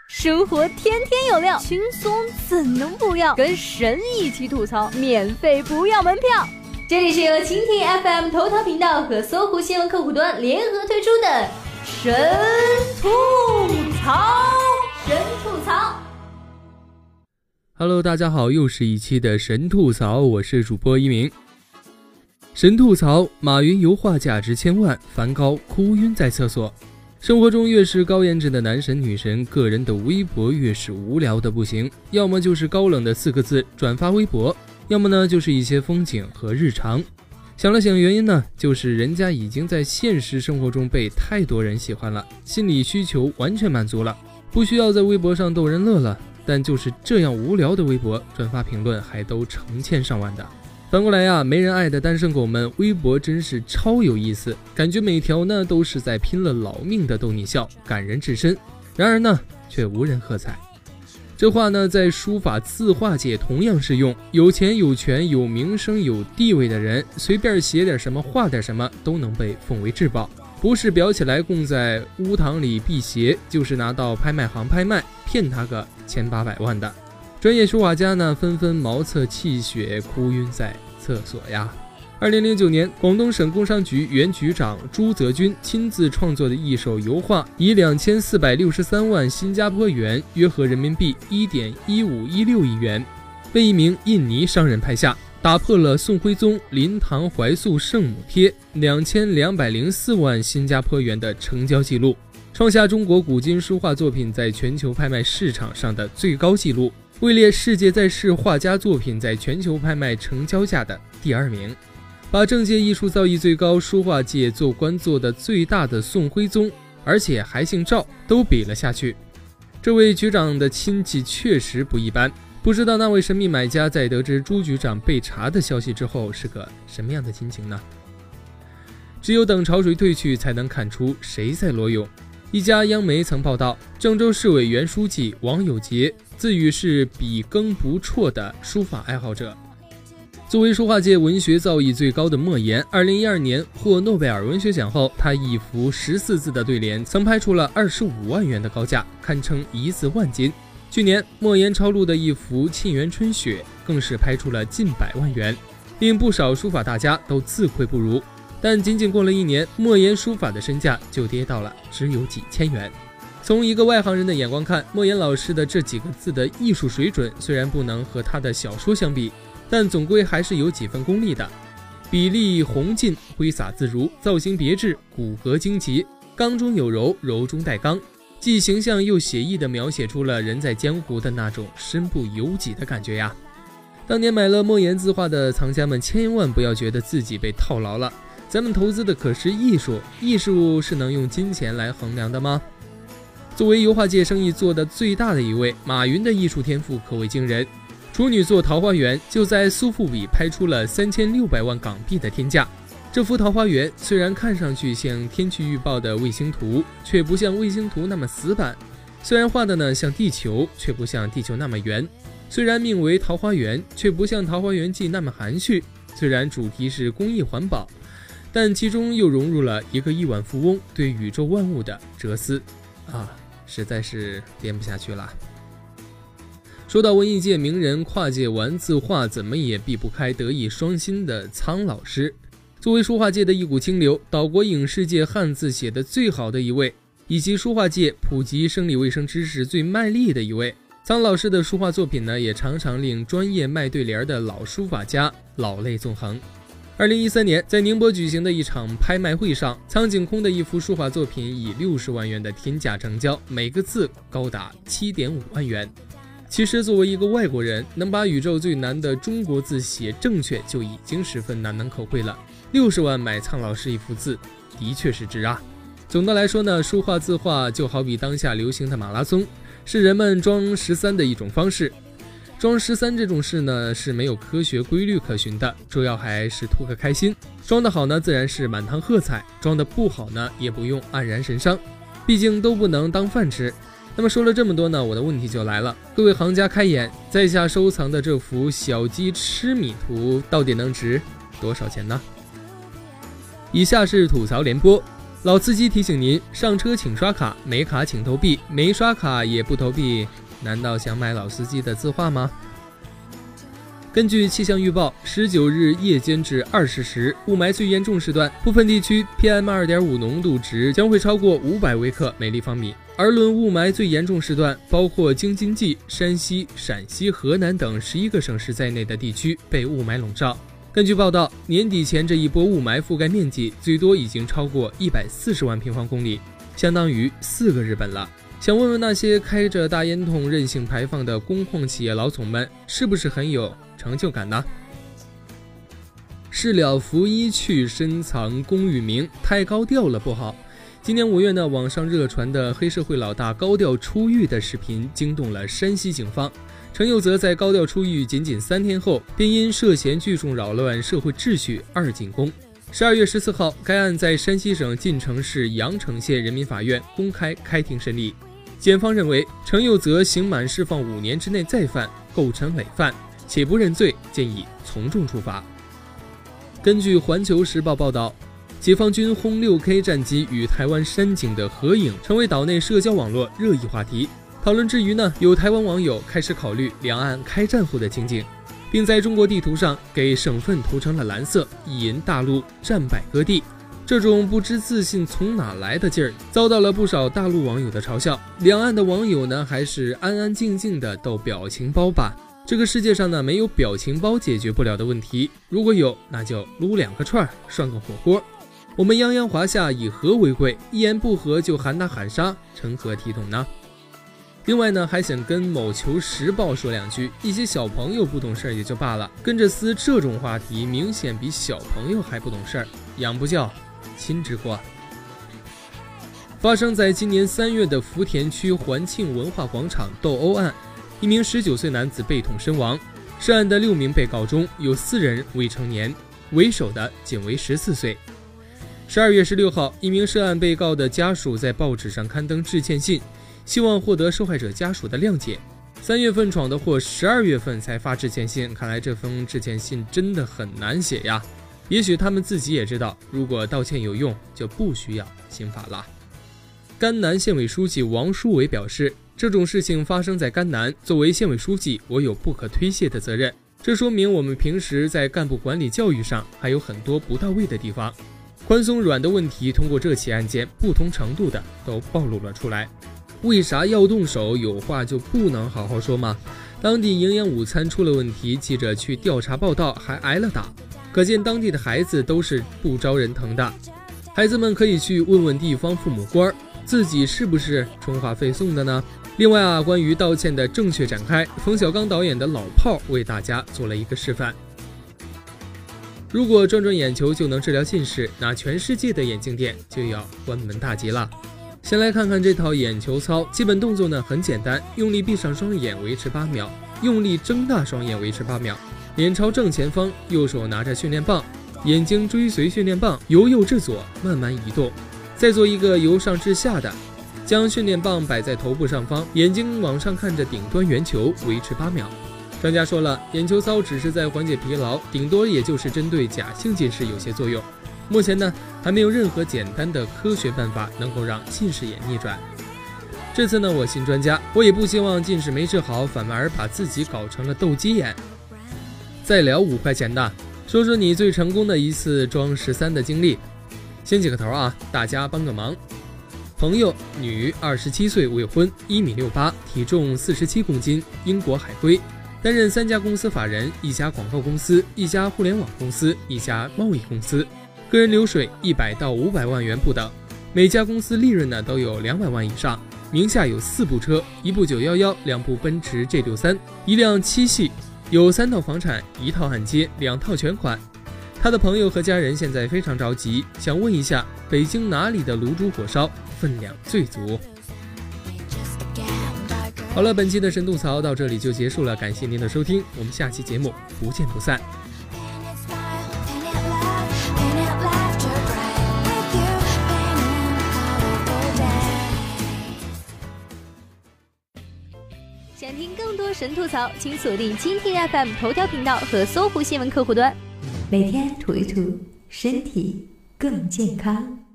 生活天天有料，轻松怎能不要？跟神一起吐槽，免费不要门票。这里是由蜻蜓 FM 头条频道和搜狐新闻客户端联合推出的神吐槽。神吐槽。 Hello， 大家好，又是一期的神吐槽，我是主播一鸣。神吐槽：马云油画价值千万，梵高哭晕在厕所。生活中越是高颜值的男神女神，个人的微博越是无聊的不行，要么就是高冷的4个字转发微博，要么呢就是一些风景和日常。想了想原因呢，就是人家已经在现实生活中被太多人喜欢了，心理需求完全满足了，不需要在微博上逗人乐了。但就是这样无聊的微博，转发评论还都成千上万的。反过来呀，没人爱的单身狗们，微博真是超有意思，感觉每条呢都是在拼了老命的逗你笑，感人至深。然而呢，却无人喝彩。这话呢，在书法字画界同样适用。有钱有权有名声有地位的人，随便写点什么画点什么，都能被奉为至宝。不是裱起来供在屋堂里辟邪，就是拿到拍卖行拍卖，骗他个千八百万的。专业书法家呢，纷纷茅厕泣血，哭晕在厕所呀。2009年，广东省工商局原局长朱泽军亲自创作的一手油画，以2463万新加坡元，约合人民币1.1516亿元，被一名印尼商人拍下，打破了宋徽宗临唐怀素圣母贴2204万新加坡元的成交记录，创下中国古今书画作品在全球拍卖市场上的最高纪录，位列世界在世画家作品在全球拍卖成交价的第2名，把政界艺术造诣最高、书画界做官做的最大的宋徽宗，而且还姓赵，都比了下去。这位局长的亲戚确实不一般，不知道那位神秘买家在得知朱局长被查的消息之后是个什么样的心情呢？只有等潮水退去，才能看出谁在裸泳。一家央媒曾报道，郑州市委原书记王有杰自诩是笔耕不辍的书法爱好者。作为书画界文学造诣最高的莫言，2012年获诺贝尔文学奖后，他一幅14字的对联曾拍出了25万元的高价，堪称1字万金。去年莫言抄录的一幅《沁园春雪》更是拍出了近100万元，令不少书法大家都自愧不如。但仅仅过了1年，莫言书法的身价就跌到了只有几千元。从一个外行人的眼光看，莫言老师的这几个字的艺术水准虽然不能和他的小说相比，但总归还是有几分功力的。笔力宏劲，挥洒自如，造型别致，骨骼惊奇，刚中有柔，柔中带刚，既形象又写意地描写出了人在江湖的那种身不由己的感觉呀。当年买了莫言字画的藏家们，千万不要觉得自己被套牢了，咱们投资的可是艺术，艺术是能用金钱来衡量的吗？作为油画界生意做得最大的一位，马云的艺术天赋可谓惊人。处女座桃花源就在苏富比拍出了3600万港币的天价。这幅桃花源虽然看上去像天气预报的卫星图，却不像卫星图那么死板。虽然画的呢像地球，却不像地球那么圆。虽然命为桃花源，却不像桃花源记那么含蓄。虽然主题是公益环保，但其中又融入了一个亿万富翁对宇宙万物的哲思啊，实在是编不下去了。说到文艺界名人跨界玩字画，怎么也避不开德艺双馨的苍老师。作为书画界的一股清流，岛国影视界汉字写得最好的一位，以及书画界普及生理卫生知识最卖力的一位，苍老师的书画作品呢，也常常令专业卖对联的老书法家老泪纵横。2013年，在宁波举行的一场拍卖会上，苍井空的一幅书法作品以60万元的天价成交，每个字高达7.5万元。其实作为一个外国人，能把宇宙最难的中国字写正确就已经十分难能可贵了。60万买苍老师一幅字，的确是值啊。总的来说呢，书画字画就好比当下流行的马拉松，是人们装13的一种方式。装13这种事呢，是没有科学规律可循的，主要还是图个开心。装得好呢，自然是满堂喝彩；装得不好呢，也不用黯然神伤，毕竟都不能当饭吃。那么说了这么多呢，我的问题就来了，各位行家开眼，在下收藏的这幅小鸡吃米图到底能值多少钱呢？以下是吐槽联播。 老司机提醒您：上车请刷卡，没卡请投币，没刷卡也不投币。难道想买老司机的字画吗？根据气象预报，19日夜间至20时，雾霾最严重时段，部分地区 PM2.5 浓度值将会超过500微克每立方米。而论雾霾最严重时段，包括京津冀、山西、陕西、河南等11个省市在内的地区被雾霾笼罩。根据报道，年底前这一波雾霾覆盖面积最多已经超过140万平方公里，相当于4个日本了。想问问那些开着大烟筒任性排放的工矿企业老总们，是不是很有成就感呢？事了拂衣去，深藏功与名，太高调了不好。今年5月呢，网上热传的黑社会老大高调出狱的视频惊动了山西警方。陈佑泽在高调出狱仅3天后，便因涉嫌聚众扰乱社会秩序2进宫。12月14号，该案在山西省晋城市阳城县人民法院公开开庭审理。检方认为，陈佑泽刑满释放5年之内再犯，构成累犯，且不认罪，建议从重处罚。根据环球时报报道，解放军轰 6K 战机与台湾山景的合影成为岛内社交网络热议话题。讨论之余呢，有台湾网友开始考虑两岸开战后的情景，并在中国地图上给省份涂成了蓝色，意淫大陆战败割地。这种不知自信从哪来的劲儿，遭到了不少大陆网友的嘲笑。两岸的网友呢，还是安安静静的逗表情包吧。这个世界上呢，没有表情包解决不了的问题，如果有，那就撸2个串，涮个火锅。我们泱泱华夏以和为贵，一言不合就喊打喊杀，成何体统呢？另外呢，还想跟某球时报说2句，一些小朋友不懂事也就罢了，跟着撕这种话题，明显比小朋友还不懂事儿，养不教，亲之过。发生在今年3月的福田区环庆文化广场斗殴案，一名19岁男子被捅身亡。涉案的6名被告中有4人未成年，为首的仅为14岁。12月16号，一名涉案被告的家属在报纸上刊登致歉信，希望获得受害者家属的谅解。3月份闯的祸，12月份才发致歉信，看来这封致歉信真的很难写呀。也许他们自己也知道，如果道歉有用，就不需要刑法了。甘南县委书记王书伟表示，这种事情发生在甘南，作为县委书记，我有不可推卸的责任。这说明我们平时在干部管理教育上还有很多不到位的地方。宽松软的问题通过这起案件不同程度的都暴露了出来。为啥要动手？有话就不能好好说吗？当地营养午餐出了问题，记者去调查报道还挨了打，可见当地的孩子都是不招人疼的。孩子们可以去问问地方父母官，自己是不是充话费送的呢？另外啊，关于道歉的正确展开，冯小刚导演的《老炮》为大家做了一个示范。如果转转眼球就能治疗近视，那全世界的眼镜店就要关门大吉了。先来看看这套眼球操，基本动作呢很简单，用力闭上双眼维持8秒，用力睁大双眼维持8秒，脸朝正前方，右手拿着训练棒，眼睛追随训练棒由右至左慢慢移动，再做一个由上至下的，将训练棒摆在头部上方，眼睛往上看着顶端圆球，维持8秒。专家说了，眼球操只是在缓解疲劳，顶多也就是针对假性近视有些作用。目前呢，还没有任何简单的科学办法能够让近视眼逆转。这次呢，我信专家，我也不希望近视没治好，反而把自己搞成了斗鸡眼。再聊5块钱的，说说你最成功的一次装13的经历。先几个头啊，大家帮个忙。朋友，女，27岁，未婚，1.68米，体重47公斤，英国海归，担任3家公司法人，1家广告公司，1家互联网公司，1家贸易公司，个人流水100到500万元不等，每家公司利润呢都有200万以上，名下有4部车，1部911，2部奔驰 G63， 1辆7系，有3套房产，1套按揭，2套全款。他的朋友和家人现在非常着急，想问一下北京哪里的卤煮火烧分量最足。好了，本期的神吐槽到这里就结束了，感谢您的收听，我们下期节目不见不散。 想听更多神吐槽，请锁定蜻蜓 FM 头条频道和搜狐新闻客户端，每天吐一吐，身体更健康。